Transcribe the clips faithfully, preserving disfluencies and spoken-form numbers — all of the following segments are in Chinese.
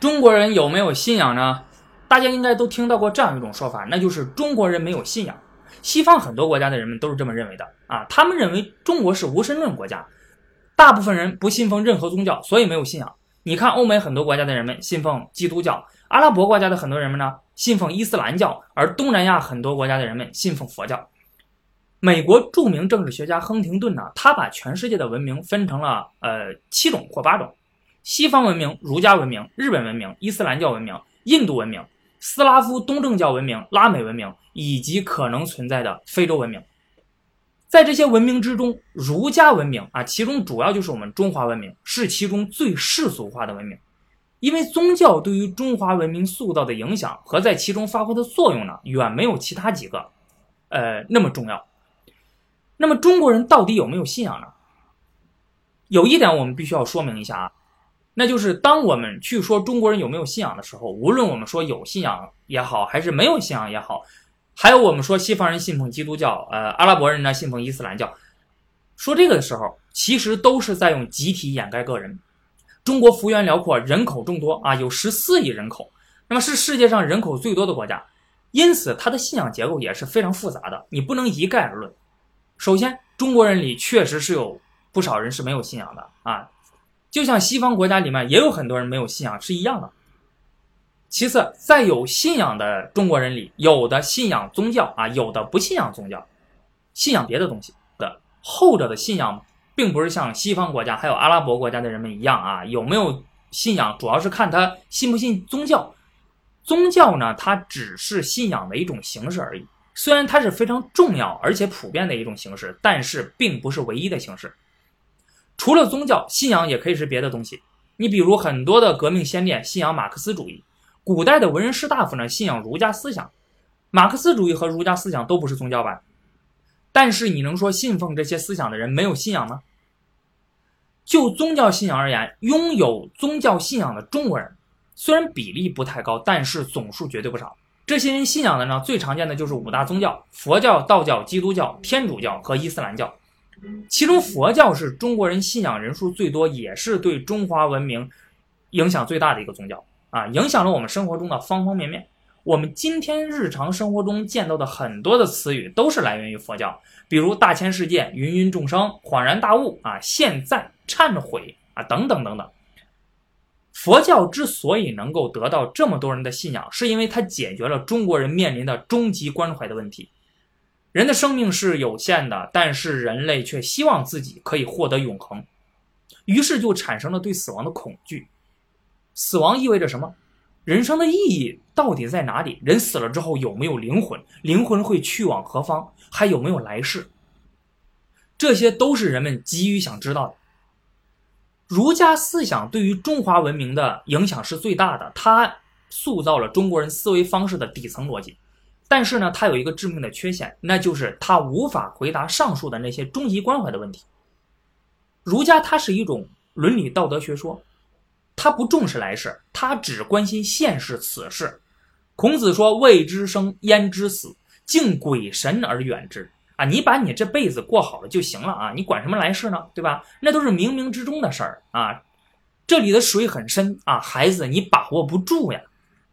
中国人有没有信仰呢？大家应该都听到过这样一种说法，那就是中国人没有信仰。西方很多国家的人们都是这么认为的啊，他们认为中国是无神论国家，大部分人不信奉任何宗教，所以没有信仰。你看欧美很多国家的人们信奉基督教，阿拉伯国家的很多人们呢信奉伊斯兰教，而东南亚很多国家的人们信奉佛教。美国著名政治学家亨廷顿呢，他把全世界的文明分成了呃七种或八种：西方文明、儒家文明、日本文明、伊斯兰教文明、印度文明、斯拉夫东正教文明、拉美文明以及可能存在的非洲文明。在这些文明之中，儒家文明啊，其中主要就是我们中华文明，是其中最世俗化的文明。因为宗教对于中华文明塑造的影响和在其中发挥的作用呢，远没有其他几个呃那么重要。那么中国人到底有没有信仰呢？有一点我们必须要说明一下啊，那就是当我们去说中国人有没有信仰的时候，无论我们说有信仰也好，还是没有信仰也好，还有我们说西方人信奉基督教，呃，阿拉伯人呢信奉伊斯兰教，说这个的时候，其实都是在用集体掩盖个人。中国幅员辽阔，人口众多啊，有十四亿人口，那么是世界上人口最多的国家，因此它的信仰结构也是非常复杂的，你不能一概而论。首先，中国人里确实是有不少人是没有信仰的啊，就像西方国家里面也有很多人没有信仰是一样的。其次，在有信仰的中国人里，有的信仰宗教啊，有的不信仰宗教，信仰别的东西的。后者的信仰并不是像西方国家还有阿拉伯国家的人们一样啊，有没有信仰主要是看他信不信宗教。宗教呢，它只是信仰的一种形式而已，虽然它是非常重要而且普遍的一种形式，但是并不是唯一的形式。除了宗教，信仰也可以是别的东西。你比如很多的革命先烈信仰马克思主义，古代的文人士大夫呢信仰儒家思想，马克思主义和儒家思想都不是宗教吧？但是你能说信奉这些思想的人没有信仰吗？就宗教信仰而言，拥有宗教信仰的中国人虽然比例不太高，但是总数绝对不少。这些人信仰的呢，最常见的就是五大宗教：佛教、道教、基督教、天主教和伊斯兰教。其中佛教是中国人信仰人数最多，也是对中华文明影响最大的一个宗教啊，影响了我们生活中的方方面面。我们今天日常生活中见到的很多的词语都是来源于佛教，比如大千世界、芸芸众生、恍然大悟啊、现在、忏悔啊等等等等。佛教之所以能够得到这么多人的信仰，是因为它解决了中国人面临的终极关怀的问题。人的生命是有限的，但是人类却希望自己可以获得永恒，于是就产生了对死亡的恐惧。死亡意味着什么？人生的意义到底在哪里？人死了之后有没有灵魂？灵魂会去往何方？还有没有来世？这些都是人们急于想知道的。儒家思想对于中华文明的影响是最大的，它塑造了中国人思维方式的底层逻辑。但是呢，它有一个致命的缺陷，那就是它无法回答上述的那些终极关怀的问题。儒家它是一种伦理道德学说，它不重视来世，它只关心现世此事。孔子说：“未知生，焉知死？敬鬼神而远之。”啊，你把你这辈子过好了就行了啊，你管什么来世呢？对吧？那都是冥冥之中的事儿啊。这里的水很深啊，孩子，你把握不住呀。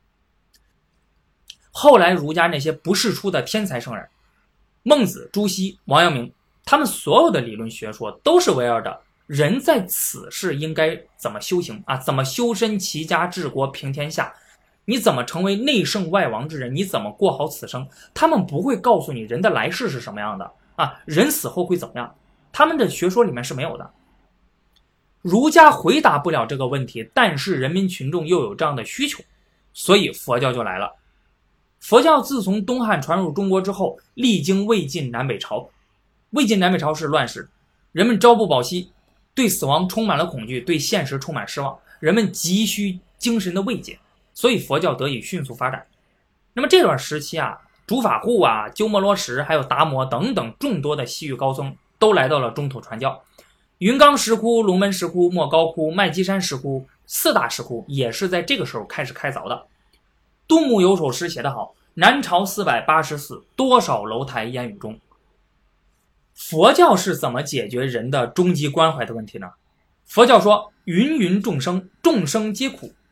后来儒家那些不世出的天才圣人，孟子、朱熹、王阳明，他们所有的理论学说都是围绕着人在此世应该怎么修行啊，怎么修身齐家治国平天下，你怎么成为内圣外王之人，你怎么过好此生。他们不会告诉你人的来世是什么样的啊，人死后会怎么样，他们的学说里面是没有的。儒家回答不了这个问题，但是人民群众又有这样的需求，所以佛教就来了。佛教自从东汉传入中国之后，历经魏晋南北朝。魏晋南北朝是乱世，人们朝不保夕，对死亡充满了恐惧，对现实充满失望，人们急需精神的慰藉，所以佛教得以迅速发展。那么这段时期啊，竺法护啊、鸠摩罗什还有达摩等等众多的西域高僧都来到了中土传教。云冈石窟、龙门石窟、莫高窟、麦积山石窟四大石窟也是在这个时候开始开凿的。杜牧有首诗写得好：南朝四百八十寺，多少楼台烟雨中。佛教是怎么解决人的终极关怀的问题呢？佛教说芸芸众生，众生皆苦，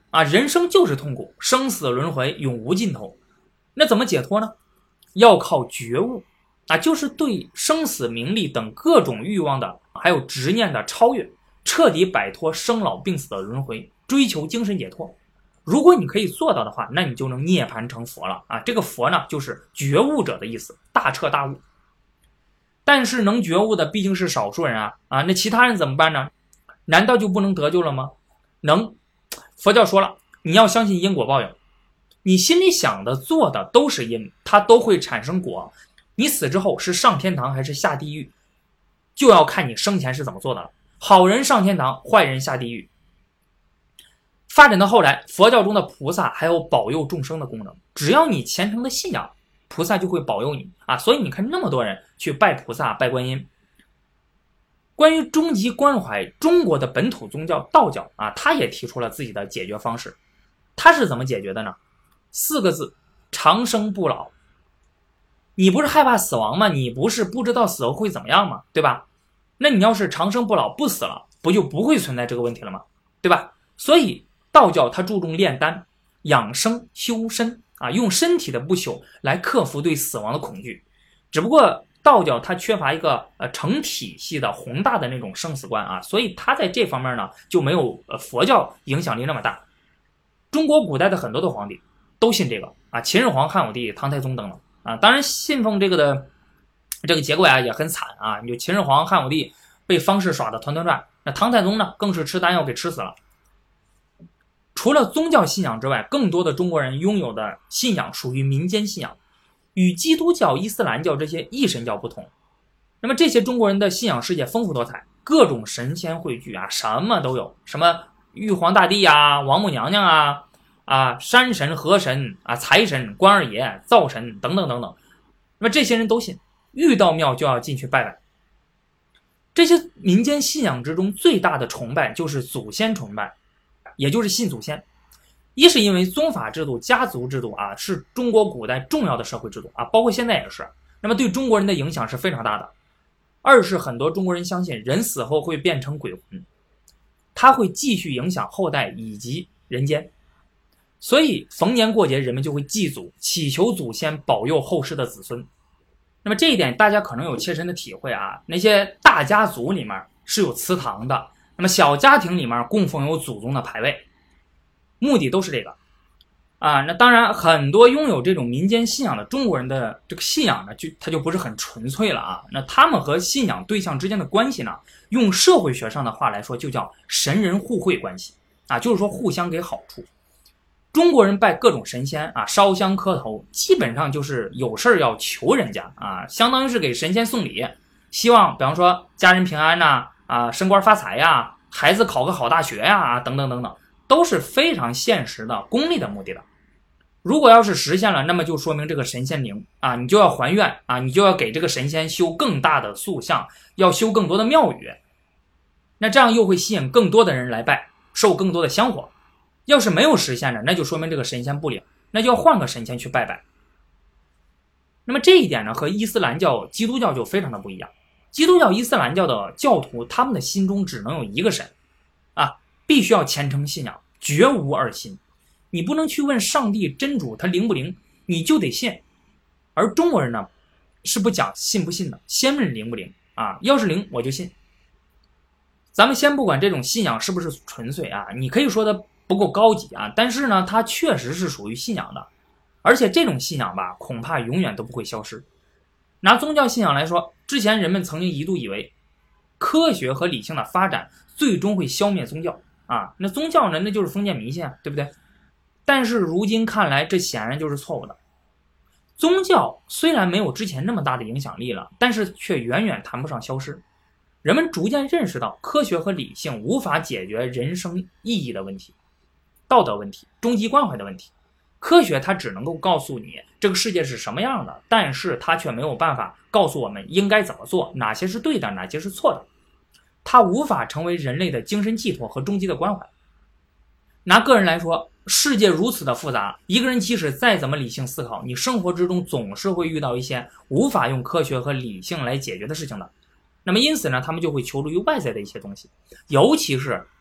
啊，人生就是痛苦，生死轮回永无尽头。那怎么解脱呢？要靠觉悟啊，就是对生死名利等各种欲望的还有执念的超越，彻底摆脱生老病死的轮回，追求精神解脱。如果你可以做到的话，那你就能涅槃成佛了啊！这个佛呢，就是觉悟者的意思，大彻大悟。但是能觉悟的毕竟是少数人啊啊！那其他人怎么办呢？难道就不能得救了吗？能。佛教说了，你要相信因果报应，你心里想的做的都是因，它都会产生果。你死之后是上天堂还是下地狱，就要看你生前是怎么做的了。好人上天堂，坏人下地狱。发展到后来，佛教中的菩萨还有保佑众生的功能，只要你虔诚的信仰，菩萨就会保佑你啊！所以你看那么多人去拜菩萨、拜观音。关于终极关怀，中国的本土宗教道教啊，他也提出了自己的解决方式。他是怎么解决的呢？四个字：长生不老。你不是害怕死亡吗？你不是不知道死后会怎么样吗？对吧？那你要是长生不老，不死了，不就不会存在这个问题了吗？对吧？所以道教它注重炼丹、养生、修身啊，用身体的不朽来克服对死亡的恐惧。只不过道教它缺乏一个呃成体系的宏大的那种生死观啊，所以它在这方面呢就没有呃佛教影响力那么大。中国古代的很多的皇帝都信这个啊，秦始皇、汉武帝、唐太宗等等啊，当然信奉这个的这个结果啊也很惨啊，你就秦始皇、汉武帝被方士耍的团团转，那唐太宗呢更是吃丹药给吃死了。除了宗教信仰之外，更多的中国人拥有的信仰属于民间信仰，与基督教、伊斯兰教这些异神教不同。那么这些中国人的信仰世界丰富多彩，各种神仙汇聚啊，什么都有，什么玉皇大帝啊、王母娘娘啊、啊山神、河神啊、财神、关二爷、灶神等等等等。那么这些人都信，遇到庙就要进去拜拜。这些民间信仰之中最大的崇拜就是祖先崇拜，也就是信祖先。一是因为宗法制度、家族制度啊，是中国古代重要的社会制度啊，包括现在也是。那么对中国人的影响是非常大的。二是很多中国人相信人死后会变成鬼魂，它会继续影响后代以及人间。所以逢年过节人们就会祭祖，祈求祖先保佑后世的子孙。那么这一点大家可能有切身的体会啊，那些大家族里面是有祠堂的，那么小家庭里面供奉有祖宗的牌位，目的都是这个啊。那当然很多拥有这种民间信仰的中国人的这个信仰呢，就它就不是很纯粹了啊。那他们和信仰对象之间的关系呢，用社会学上的话来说就叫神人互惠关系啊，就是说互相给好处。中国人拜各种神仙啊，烧香磕头，基本上就是有事要求人家啊，相当于是给神仙送礼，希望比方说家人平安呐 啊, 啊升官发财呀，孩子考个好大学呀啊等等等等，都是非常现实的功利的目的的。如果要是实现了，那么就说明这个神仙灵啊，你就要还愿啊，你就要给这个神仙修更大的塑像，要修更多的庙宇，那这样又会吸引更多的人来拜，受更多的香火。要是没有实现的，那就说明这个神仙不灵，那就要换个神仙去拜拜。那么这一点呢，和伊斯兰教、基督教就非常的不一样。基督教、伊斯兰教的教徒，他们的心中只能有一个神啊，必须要虔诚信仰，绝无二心。你不能去问上帝真主他灵不灵，你就得信。而中国人呢，是不讲信不信的，先问灵不灵啊，要是灵我就信。咱们先不管这种信仰是不是纯粹啊，你可以说的不够高级啊，但是呢，它确实是属于信仰的，而且这种信仰吧，恐怕永远都不会消失。拿宗教信仰来说，之前人们曾经一度以为科学和理性的发展最终会消灭宗教啊，那宗教呢，那就是封建迷信啊，对不对？但是如今看来，这显然就是错误的。宗教虽然没有之前那么大的影响力了，但是却远远谈不上消失。人们逐渐认识到，科学和理性无法解决人生意义的问题、道德问题、终极关怀的问题。科学它只能够告诉你这个世界是什么样的，但是它却没有办法告诉我们应该怎么做，哪些是对的，哪些是错的。它无法成为人类的精神寄托和终极的关怀。拿个人来说，世界如此的复杂，一个人即使再怎么理性思考，你生活之中总是会遇到一些无法用科学和理性来解决的事情的。那么因此呢，他们就会求助于外在的一些东西，尤其是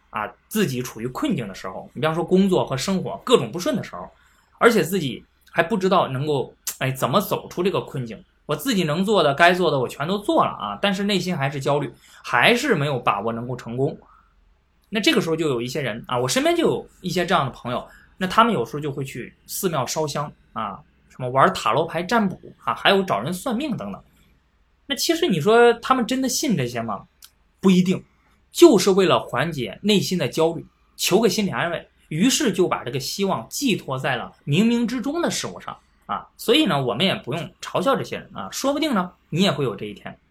啊，自己处于困境的时候，你比方说工作和生活各种不顺的时候，而且自己还不知道能够哎怎么走出这个困境。我自己能做的该做的我全都做了啊，但是内心还是焦虑，还是没有把握能够成功。那这个时候就有一些人啊，我身边就有一些这样的朋友，那他们有时候就会去寺庙烧香啊，什么玩塔罗牌占卜啊，还有找人算命等等。那其实你说他们真的信这些吗？不一定，就是为了缓解内心的焦虑，求个心理安慰，于是就把这个希望寄托在了冥冥之中的事物上啊。所以呢，我们也不用嘲笑这些人啊，说不定呢，你也会有这一天。